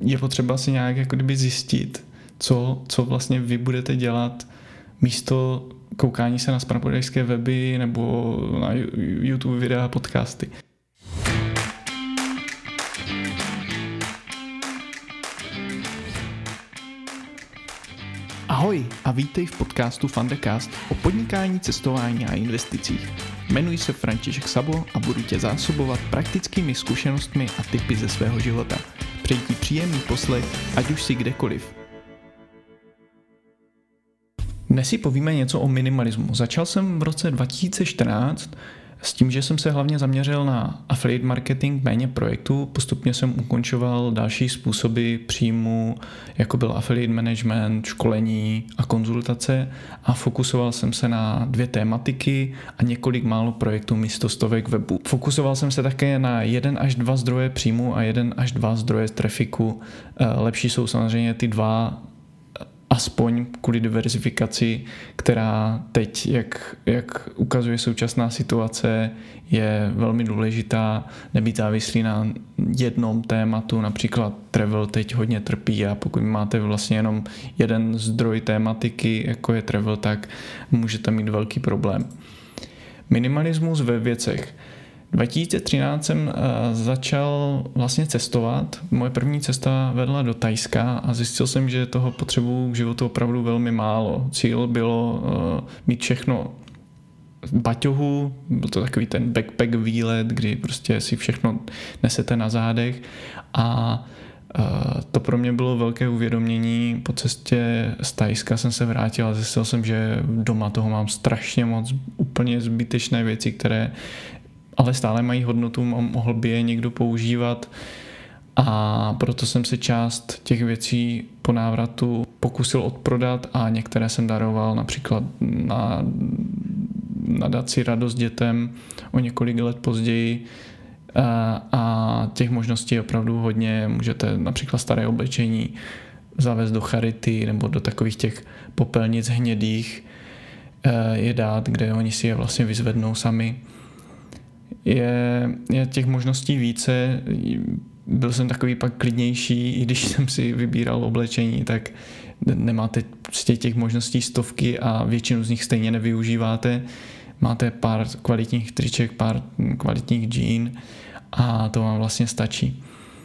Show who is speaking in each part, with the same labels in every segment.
Speaker 1: je potřeba si nějak jako kdyby zjistit, co vlastně vy budete dělat místo koukání se na zpravodajské weby nebo na YouTube videa a podcasty. Ahoj a vítej v podcastu Fundacast o podnikání, cestování a investicích. Jmenuji se František Sabo a budu tě zásobovat praktickými zkušenostmi a tipy ze svého života. Přeji ti příjemný poslech, ať už si kdekoliv. Dnes si povíme něco o minimalismu. Začal jsem v roce 2014 s tím, že jsem se hlavně zaměřil na affiliate marketing, méně projektů. Postupně jsem ukončoval další způsoby příjmu, jako byl affiliate management, školení a konzultace a fokusoval jsem se na 2 tématiky a několik málo projektů místo stovek webů. Fokusoval jsem se také na 1 až 2 zdroje příjmu a 1 až 2 zdroje trafiku. Lepší jsou samozřejmě ty 2, aspoň kvůli diverzifikaci, která teď, jak ukazuje současná situace, je velmi důležitá, nebýt závislý na jednom tématu, například travel teď hodně trpí a pokud máte vlastně jenom jeden zdroj tématiky, jako je travel, tak můžete mít velký problém. Minimalismus ve věcech. 2013 jsem začal vlastně cestovat. Moje první cesta vedla do Thajska a zjistil jsem, že toho potřebuji k životu opravdu velmi málo. Cíl bylo mít všechno v baťohu, byl to takový ten backpack výlet, kdy prostě si všechno nesete na zádech a to pro mě bylo velké uvědomění. Po cestě z Thajska jsem se vrátil a zjistil jsem, že doma toho mám strašně moc, úplně zbytečné věci, které ale stále mají hodnotu, mohl by je někdo používat a proto jsem si část těch věcí po návratu pokusil odprodat a některé jsem daroval například na nadaci Radost dětem o několik let později a těch možností je opravdu hodně. Můžete například staré oblečení zavést do charity nebo do takových těch popelnic hnědých je dát, kde oni si je vlastně vyzvednou sami. Je těch možností více, byl jsem takový pak klidnější, i když jsem si vybíral oblečení, tak nemáte prostě těch možností stovky a většinu z nich stejně nevyužíváte. Máte pár kvalitních triček, pár kvalitních džín a to vám vlastně stačí.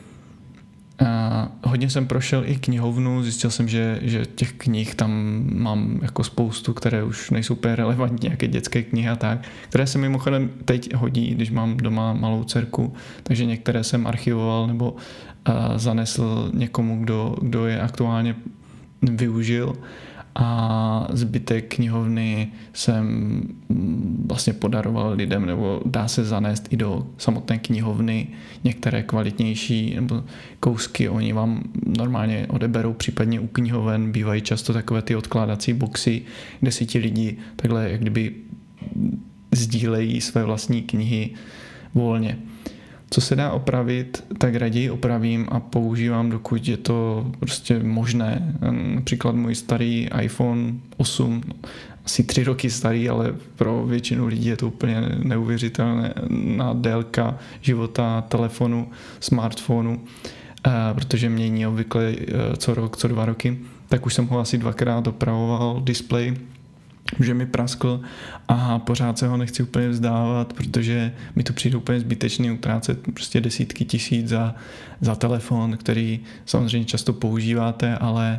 Speaker 1: A hodně jsem prošel i knihovnu, zjistil jsem, že těch knih tam mám jako spoustu, které už nejsou úplně relevantní, nějaké dětské knihy a tak, které se mimochodem teď hodí, když mám doma malou dcerku, takže některé jsem archivoval nebo zanesl někomu, kdo je aktuálně využil a zbytek knihovny jsem vlastně podaroval lidem nebo dá se zanést i do samotné knihovny některé kvalitnější nebo kousky oni vám normálně odeberou, případně u knihoven bývají často takové ty odkládací boxy, kde si ti lidi takhle jak kdyby sdílejí své vlastní knihy volně. Co se dá opravit, tak raději opravím a používám, dokud je to prostě možné. Například můj starý iPhone 8, asi 3 roky starý, ale pro většinu lidí je to úplně neuvěřitelná délka života telefonu, smartphonu, protože mění obvykle co rok, co 2 roky. Tak už jsem ho asi 2krát opravoval displej, že mi praskl a pořád se ho nechci úplně vzdávat, protože mi to přijde úplně zbytečný utrácet prostě desítky tisíc za telefon, který samozřejmě často používáte, ale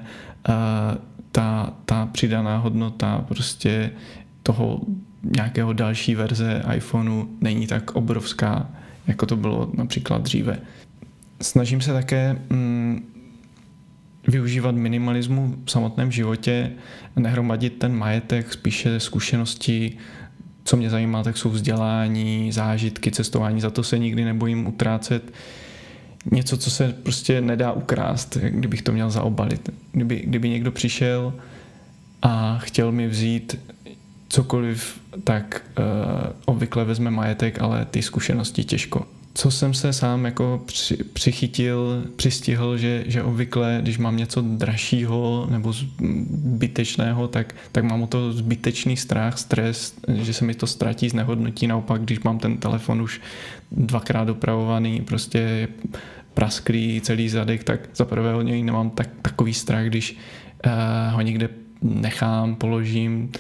Speaker 1: ta přidaná hodnota prostě toho nějakého další verze iPhoneu není tak obrovská, jako to bylo například dříve. Snažím se také využívat minimalismu v samotném životě, nehromadit ten majetek, spíše zkušenosti, co mě zajímá, tak jsou vzdělání, zážitky, cestování, za to se nikdy nebojím utrácet. Něco, co se prostě nedá ukrást, kdybych to měl zaobalit. Kdyby někdo přišel a chtěl mi vzít cokoliv, tak obvykle vezme majetek, ale ty zkušenosti těžko. Co jsem se sám jako přistihl, že obvykle, když mám něco dražšího nebo zbytečného, tak mám o to zbytečný strach, stres, že se mi to ztratí, znehodnotí. Naopak, když mám ten telefon už 2krát opravovaný, prostě prasklý celý zadek, tak za prvé od něj nemám takový strach, když ho někde nechám, položím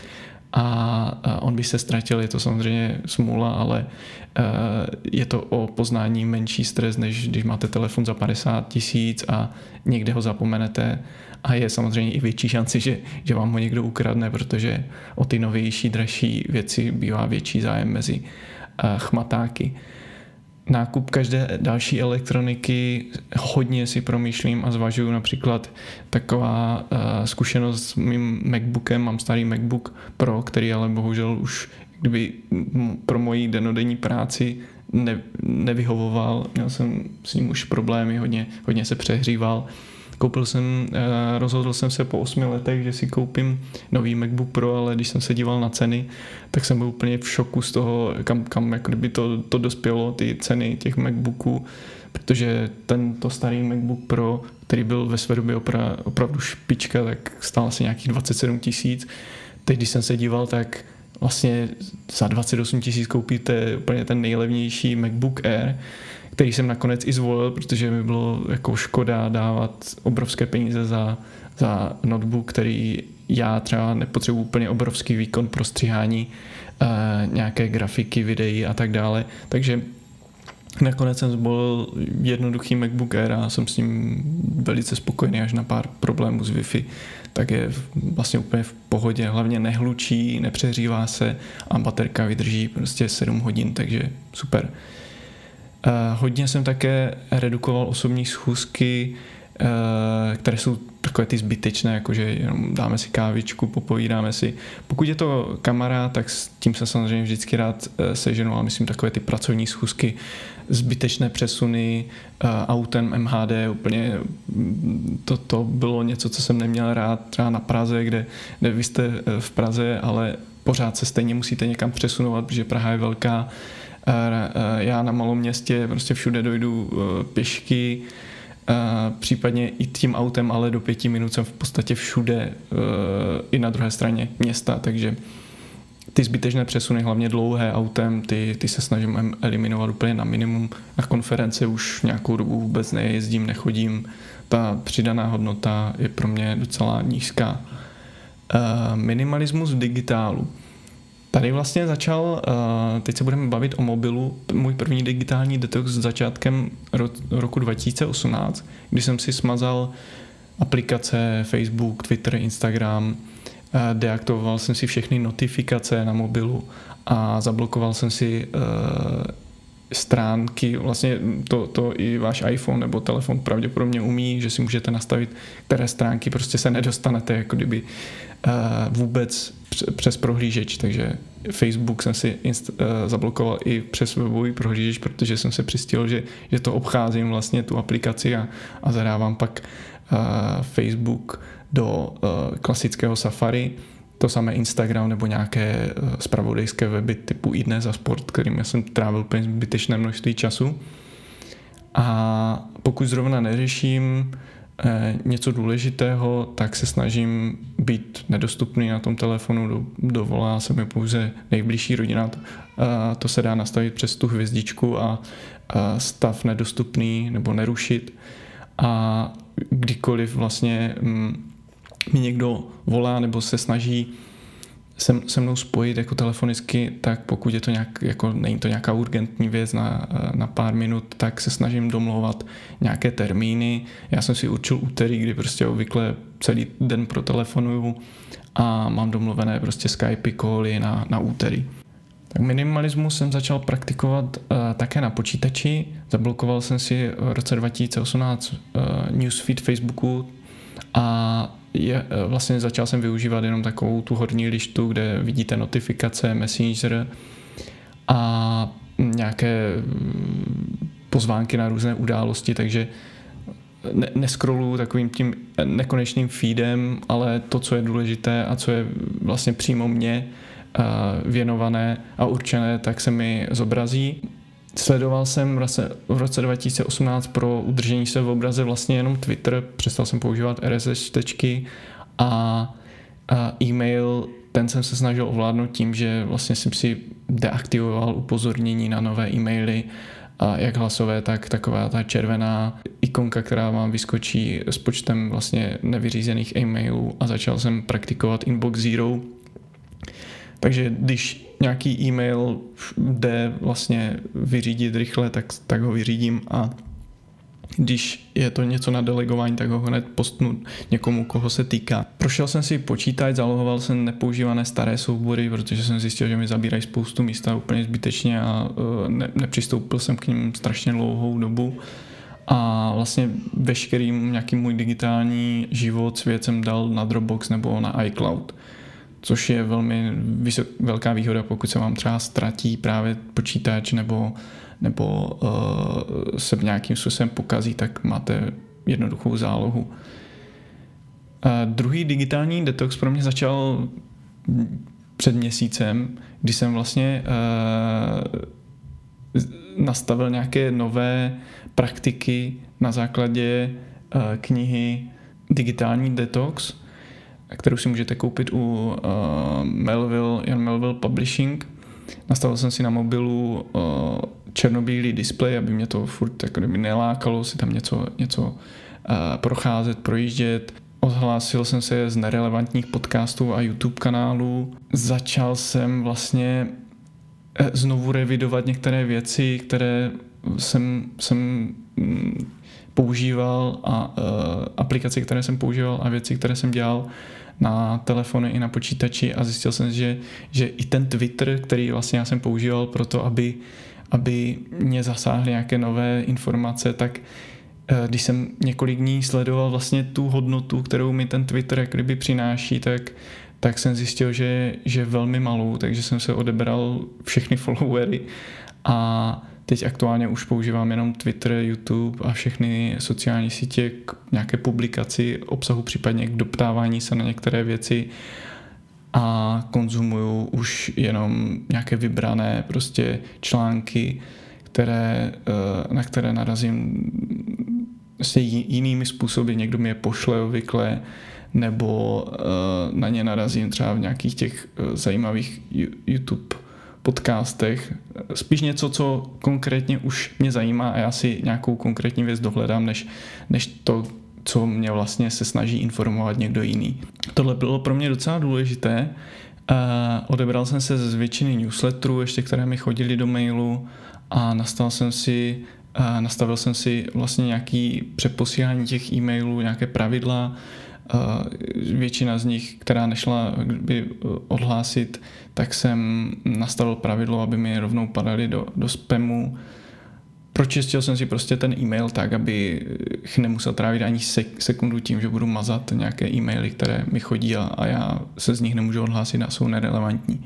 Speaker 1: a on by se ztratil, je to samozřejmě smůla, ale je to o poznání menší stres, než když máte telefon za 50 000 a někde ho zapomenete a je samozřejmě i větší šanci, že vám ho někdo ukradne, protože o ty novější, dražší věci bývá větší zájem mezi chmatáky. Nákup každé další elektroniky hodně si promýšlím a zvažuju, například taková zkušenost s mým MacBookem, mám starý MacBook Pro, který ale bohužel už kdyby pro moji dennodenní práci nevyhovoval, měl jsem s ním už problémy, hodně se přehříval. Rozhodl jsem se po 8 letech, že si koupím nový MacBook Pro, ale když jsem se díval na ceny, tak jsem byl úplně v šoku z toho, kam jako kdyby to dospělo, ty ceny těch MacBooků, protože tento starý MacBook Pro, který byl ve své době opravdu špička, tak stál asi nějakých 27 000. Teď, když jsem se díval, tak vlastně za 28 000 koupíte úplně ten nejlevnější MacBook Air, který jsem nakonec i zvolil, protože mi bylo jako škoda dávat obrovské peníze za notebook, který já třeba nepotřebuji úplně obrovský výkon pro stříhání nějaké grafiky, videí a tak dále. Takže nakonec jsem zvolil jednoduchý MacBook Air a jsem s ním velice spokojený, až na pár problémů s Wi-Fi, tak je vlastně úplně v pohodě, hlavně nehlučí, nepřehřívá se a baterka vydrží prostě 7 hodin, takže super. Hodně jsem také redukoval osobní schůzky, které jsou takové ty zbytečné, jakože jenom dáme si kávičku, popovídáme si. Pokud je to kamarád, tak s tím se samozřejmě vždycky rád seženu, ale myslím takové ty pracovní schůzky, zbytečné přesuny autem MHD, úplně to bylo něco, co jsem neměl rád třeba na Praze, kde vy jste v Praze, ale pořád se stejně musíte někam přesunovat, protože Praha je velká. Já na malom městě prostě všude dojdu pěšky, případně i tím autem, ale do 5 minut jsem v podstatě všude i na druhé straně města, takže ty zbytečné přesuny, hlavně dlouhé autem, ty se snažím eliminovat úplně na minimum. Na konference už nějakou dobu vůbec nejezdím, nechodím. Ta přidaná hodnota je pro mě docela nízká. Minimalismus v digitálu. Tady vlastně začal, teď se budeme bavit o mobilu, můj první digitální detox s začátkem roku 2018, kdy jsem si smazal aplikace Facebook, Twitter, Instagram, deaktivoval jsem si všechny notifikace na mobilu a zablokoval jsem si stránky, vlastně to i váš iPhone nebo telefon pravděpodobně umí, že si můžete nastavit, které stránky prostě se nedostanete, jako kdyby vůbec přes prohlížeč, takže Facebook jsem si zablokoval i přes webový prohlížeč, protože jsem se přistihl, že to obcházím vlastně tu aplikaci a zadávám pak Facebook do klasického Safari, to samé Instagram nebo nějaké zpravodajské weby typu iDnes a Sport, kterým já jsem trávil úplně zbytečné množství času. A pokud zrovna neřeším něco důležitého, tak se snažím být nedostupný na tom telefonu, dovolá se mi pouze nejbližší rodina, to se dá nastavit přes tu hvězdičku a stav nedostupný nebo nerušit a kdykoliv vlastně mi někdo volá nebo se snaží se mnou spojit jako telefonicky, tak pokud je to jako není to nějaká urgentní věc na pár minut, tak se snažím domlouvat nějaké termíny. Já jsem si určil úterý, kdy prostě obvykle celý den protelefonuju a mám domluvené prostě Skype cally na úterý. Tak minimalismus jsem začal praktikovat také na počítači. Zablokoval jsem si v roce 2018 newsfeed Facebooku a vlastně začal jsem využívat jenom takovou tu horní lištu, kde vidíte notifikace, Messenger a nějaké pozvánky na různé události, takže neskroluju takovým tím nekonečným feedem, ale to, co je důležité a co je vlastně přímo mně věnované a určené, tak se mi zobrazí. Sledoval jsem v roce 2018 pro udržení se v obraze vlastně jenom Twitter, přestal jsem používat RSS čtečky a e-mail, ten jsem se snažil ovládnout tím, že vlastně jsem si deaktivoval upozornění na nové e-maily a jak hlasové, tak taková ta červená ikonka, která vám vyskočí s počtem vlastně nevyřízených e-mailů a začal jsem praktikovat Inbox Zero. Takže když nějaký e-mail jde vlastně vyřídit rychle, tak ho vyřídím a když je to něco na delegování, tak ho hned postnu někomu, koho se týká. Prošel jsem si počítač, zalohoval jsem nepoužívané staré soubory, protože jsem zjistil, že mi zabírají spoustu místa úplně zbytečně a nepřistoupil jsem k ním strašně dlouhou dobu. A vlastně veškerý nějaký můj digitální život, svět jsem dal na Dropbox nebo na iCloud, což je velmi velká výhoda, pokud se vám třeba ztratí právě počítač nebo se v nějakým způsobem pokazí, tak máte jednoduchou zálohu. Druhý digitální detox pro mě začal před měsícem, kdy jsem vlastně nastavil nějaké nové praktiky na základě knihy Digitální detox, kterou si můžete koupit u Jan Melville Publishing. Nastavil jsem si na mobilu černobílý displej, aby mě to furt jako kdyby nelákalo si tam něco procházet, projíždět. Odhlásil jsem se z nerelevantních podcastů a YouTube kanálů. Začal jsem vlastně znovu revidovat některé věci, které jsem používal a aplikace, které jsem používal a věci, které jsem dělal na telefony i na počítači a zjistil jsem, že i ten Twitter, který vlastně já jsem používal pro to, aby mě zasáhly nějaké nové informace, tak když jsem několik dní sledoval vlastně tu hodnotu, kterou mi ten Twitter jak kdyby přináší, tak jsem zjistil, že je velmi malou, takže jsem se odebral všechny followery a teď aktuálně už používám jenom Twitter, YouTube a všechny sociální sítě k nějaké publikaci obsahu, případně k doptávání se na některé věci a konzumuju už jenom nějaké vybrané prostě články, na které narazím s jinými způsoby. Někdo mi je pošle obvykle, nebo na ně narazím třeba v nějakých těch zajímavých YouTube podcastech. Spíš něco, co konkrétně už mě zajímá a já si nějakou konkrétní věc dohledám, než to, co mě vlastně se snaží informovat někdo jiný. Tohle bylo pro mě docela důležité. Odebral jsem se z většiny newsletterů, ještě které mi chodily do mailu a nastavil jsem si vlastně nějaký přeposílání těch e-mailů, nějaké pravidla. Většina z nich, která nešla by odhlásit, tak jsem nastavil pravidlo, aby mi rovnou padaly do spamu. Pročistil jsem si prostě ten e-mail tak, abych nemusel trávit ani sekundu tím, že budu mazat nějaké e-maily, které mi chodí a já se z nich nemůžu odhlásit a jsou nerelevantní.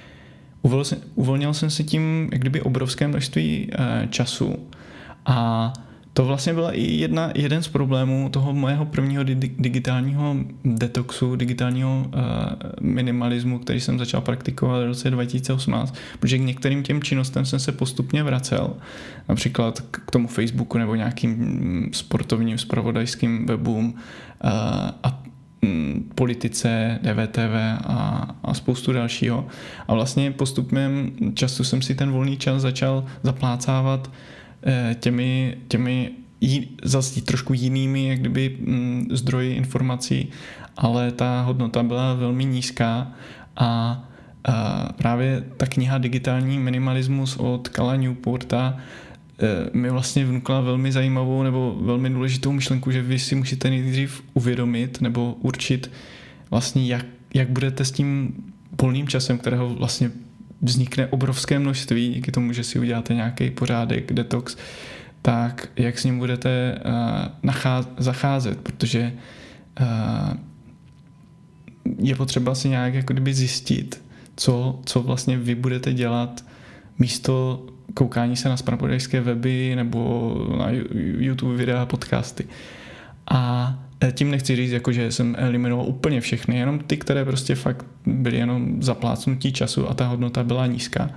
Speaker 1: Uvolnil jsem si tím jak kdyby obrovské množství času a to vlastně byla i jeden z problémů toho mého prvního digitálního detoxu, digitálního minimalismu, který jsem začal praktikovat v roce 2018, protože k některým těm činnostem jsem se postupně vracel, například k tomu Facebooku nebo nějakým sportovním zpravodajským webům a politice, DVTV a spoustu dalšího. A vlastně postupem času jsem si ten volný čas začal zaplácávat těmi zase trošku jinými jak kdyby zdroji informací, ale ta hodnota byla velmi nízká a právě ta kniha Digitální minimalismus od Cala Newporta mi vlastně vnukla velmi zajímavou nebo velmi důležitou myšlenku, že vy si musíte nejdřív uvědomit nebo určit vlastně jak budete s tím volným časem, kterého vlastně vznikne obrovské množství díky tomu, že si uděláte nějaký pořádek, detox, tak jak s ním budete zacházet, protože je potřeba si nějak jako kdyby zjistit, co vlastně vy budete dělat místo koukání se na zpravodajské weby nebo na YouTube videa a podcasty. A tím nechci říct, jako, že jsem eliminoval úplně všechny, jenom ty, které prostě fakt byly jenom zaplácnutí času a ta hodnota byla nízká.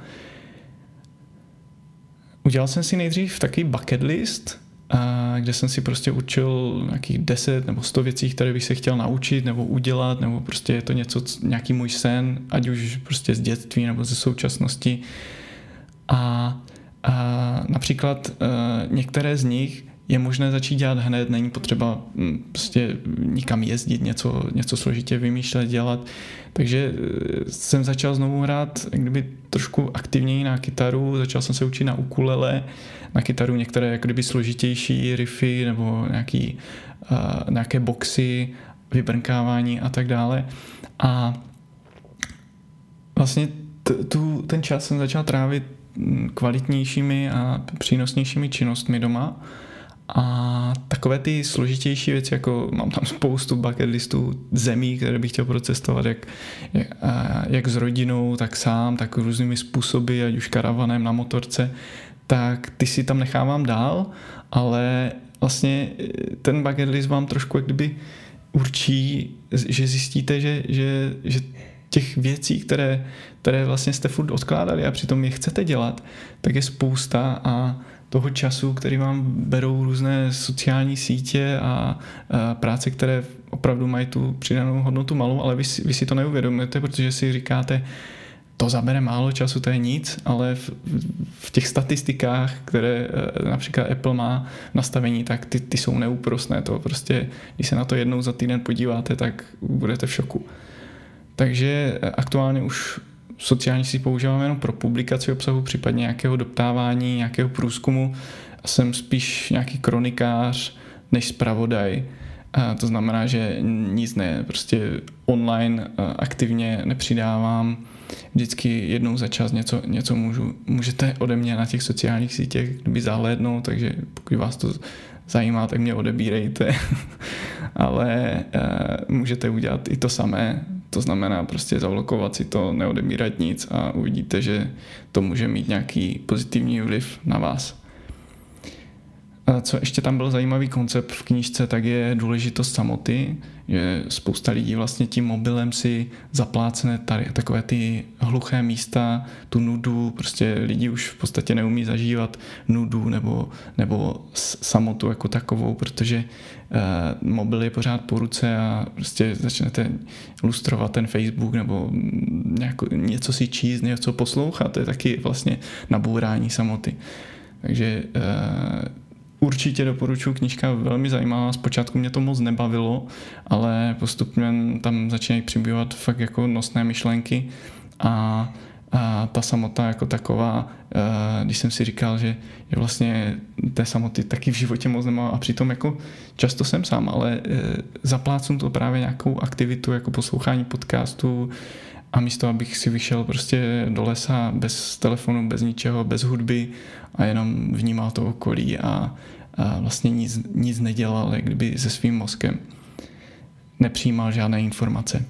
Speaker 1: Udělal jsem si nejdřív takový bucket list, kde jsem si prostě určil nějakých 10 nebo 100 věcí, které bych se chtěl naučit nebo udělat, nebo prostě je to nějaký můj sen, ať už prostě z dětství nebo ze současnosti. A A například některé z nich je možné začít dělat hned, není potřeba prostě nikam jezdit, něco složitě vymýšlet, dělat. Takže jsem začal znovu hrát kdyby trošku aktivněji na kytaru, začal jsem se učit na ukulele, na kytaru některé jak kdyby složitější riffy nebo nějaké boxy, vybrnkávání a tak dále. A vlastně ten čas jsem začal trávit kvalitnějšími a přínosnějšími činnostmi doma. A takové ty složitější věci, jako mám tam spoustu bucket listů zemí, které bych chtěl procestovat, jak s rodinou, tak sám, tak různými způsoby, ať už karavanem, na motorce, tak ty si tam nechávám dál, ale vlastně ten bucket list vám trošku jak kdyby určí, že zjistíte, že těch věcí, které vlastně jste furt odkládali a přitom je chcete dělat, tak je spousta a toho času, který vám berou různé sociální sítě a práce, které opravdu mají tu přidanou hodnotu malou, ale vy si to neuvědomujete, protože si říkáte, to zabere málo času, to je nic, ale v těch statistikách, které například Apple má nastavení, tak ty jsou neúprosné. To prostě, když se na to jednou za týden podíváte, tak budete v šoku. Takže aktuálně už sociální si používám jenom pro publikaci obsahu, případně nějakého doptávání, nějakého průzkumu. Jsem spíš nějaký kronikář než zpravodaj. To znamená, že nic prostě online aktivně nepřidávám. Vždycky jednou za čas něco můžete ode mě na těch sociálních sítích kdyby zahlédnout, takže pokud vás to zajímá, tak mě odebírejte. Ale můžete udělat i to samé. To znamená prostě zablokovat si to, neodebírat nic a uvidíte, že to může mít nějaký pozitivní vliv na vás. A co ještě tam byl zajímavý koncept v knížce, tak je důležitost samoty, že spousta lidí vlastně tím mobilem si zaplácne takové ty hluché místa, tu nudu, prostě lidi už v podstatě neumí zažívat nudu nebo samotu jako takovou, protože mobil je pořád po ruce a prostě začnete lustrovat ten Facebook nebo něco si číst, něco poslouchat, to je taky vlastně nabourání samoty. Takže určitě doporučuji, knížka velmi zajímavá, zpočátku mě to moc nebavilo, ale postupně tam začínají přibývat fakt jako nosné myšlenky a ta samota jako taková, když jsem si říkal, že vlastně té samoty taky v životě moc nemám a přitom jako často jsem sám, ale zaplácnu to právě nějakou aktivitu jako poslouchání podcastu a místo, abych si vyšel prostě do lesa bez telefonu, bez ničeho, bez hudby a jenom vnímal to okolí a vlastně nic nedělal, jak kdyby se svým mozkem. Nepřijímal žádné informace.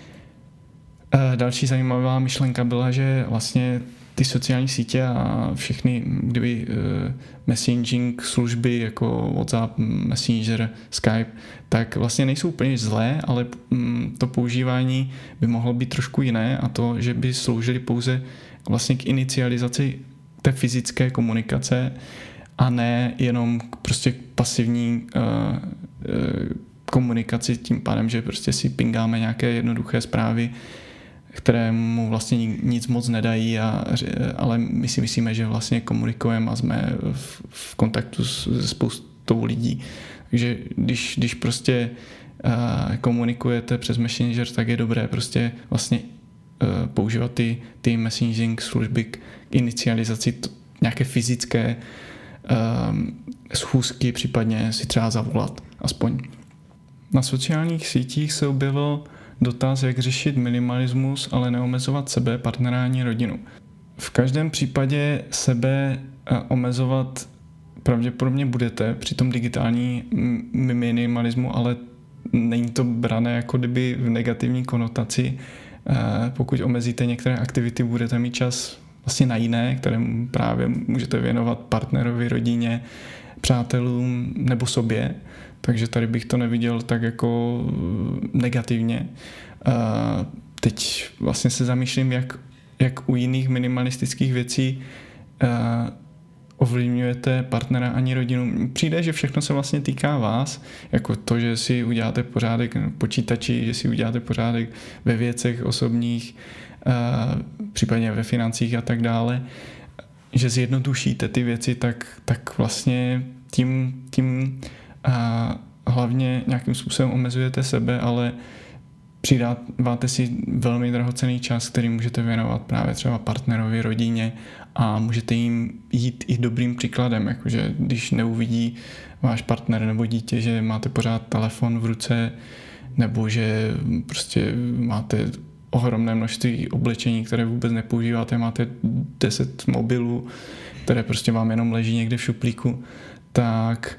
Speaker 1: Další zajímavá myšlenka byla, že vlastně ty sociální sítě a všechny kdyby messaging služby jako WhatsApp, Messenger, Skype, tak vlastně nejsou úplně zlé, ale to používání by mohlo být trošku jiné a to, že by sloužily pouze vlastně k inicializaci té fyzické komunikace a ne jenom prostě k pasivní komunikaci tím pádem, že prostě si pingáme nějaké jednoduché zprávy, které mu vlastně nic moc nedají, ale my si myslíme, že vlastně komunikujeme a jsme v kontaktu se spoustou lidí. Takže když prostě komunikujete přes Messenger, tak je dobré prostě vlastně používat ty messaging služby k inicializaci nějaké fyzické schůzky, případně si třeba zavolat aspoň. Na sociálních sítích se objevil dotaz, jak řešit minimalismus, ale neomezovat sebe, partnera ani rodinu. V každém případě sebe omezovat pravděpodobně budete při tom digitální minimalismu, ale není to brané jako kdyby v negativní konotaci. Pokud omezíte některé aktivity, budete mít čas vlastně na jiné, které právě můžete věnovat partnerovi, rodině, přátelům nebo sobě. Takže tady bych to neviděl tak jako negativně. Teď vlastně se zamýšlím, jak u jiných minimalistických věcí ovlivňujete partnera ani rodinu. Přijde, že všechno se vlastně týká vás, jako to, že si uděláte pořádek v počítači, že si uděláte pořádek ve věcech osobních, případně ve financích a tak dále. že zjednodušíte ty věci, tak vlastně tím hlavně nějakým způsobem omezujete sebe, ale přidáváte si velmi drahocenný čas, který můžete věnovat právě třeba partnerovi, rodině a můžete jim jít i dobrým příkladem, jakože když neuvidí váš partner nebo dítě, že máte pořád telefon v ruce nebo že prostě máte ohromné množství oblečení, které vůbec nepoužíváte, máte 10 mobilů, které prostě vám jenom leží někde v šuplíku, tak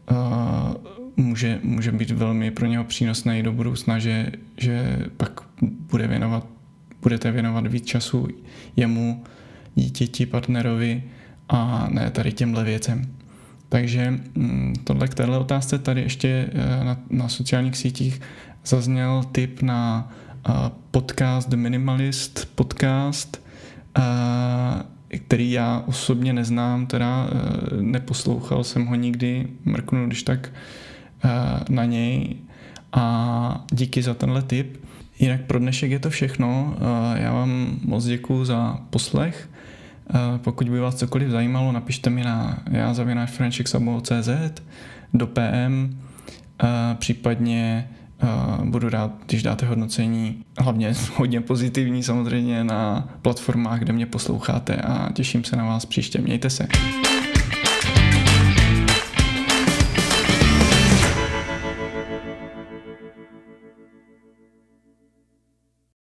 Speaker 1: může být velmi pro něho přínosné i do budoucna, že pak budete věnovat víc času jemu, dítěti, partnerovi a ne tady těmhle věcem. Takže tohle k téhle otázce tady ještě na sociálních sítích zazněl tip na podcast The Minimalist podcast, který já osobně neznám, teda neposlouchal jsem ho nikdy, mrknu když tak na něj a díky za tenhle tip. Jinak pro dnešek je to všechno, já vám moc děkuju za poslech. Pokud by vás cokoliv zajímalo, napište mi na já@františek.cz do PM, případně budu rád, když dáte hodnocení, hlavně hodně pozitivní samozřejmě na platformách, kde mě posloucháte a těším se na vás příště. Mějte se.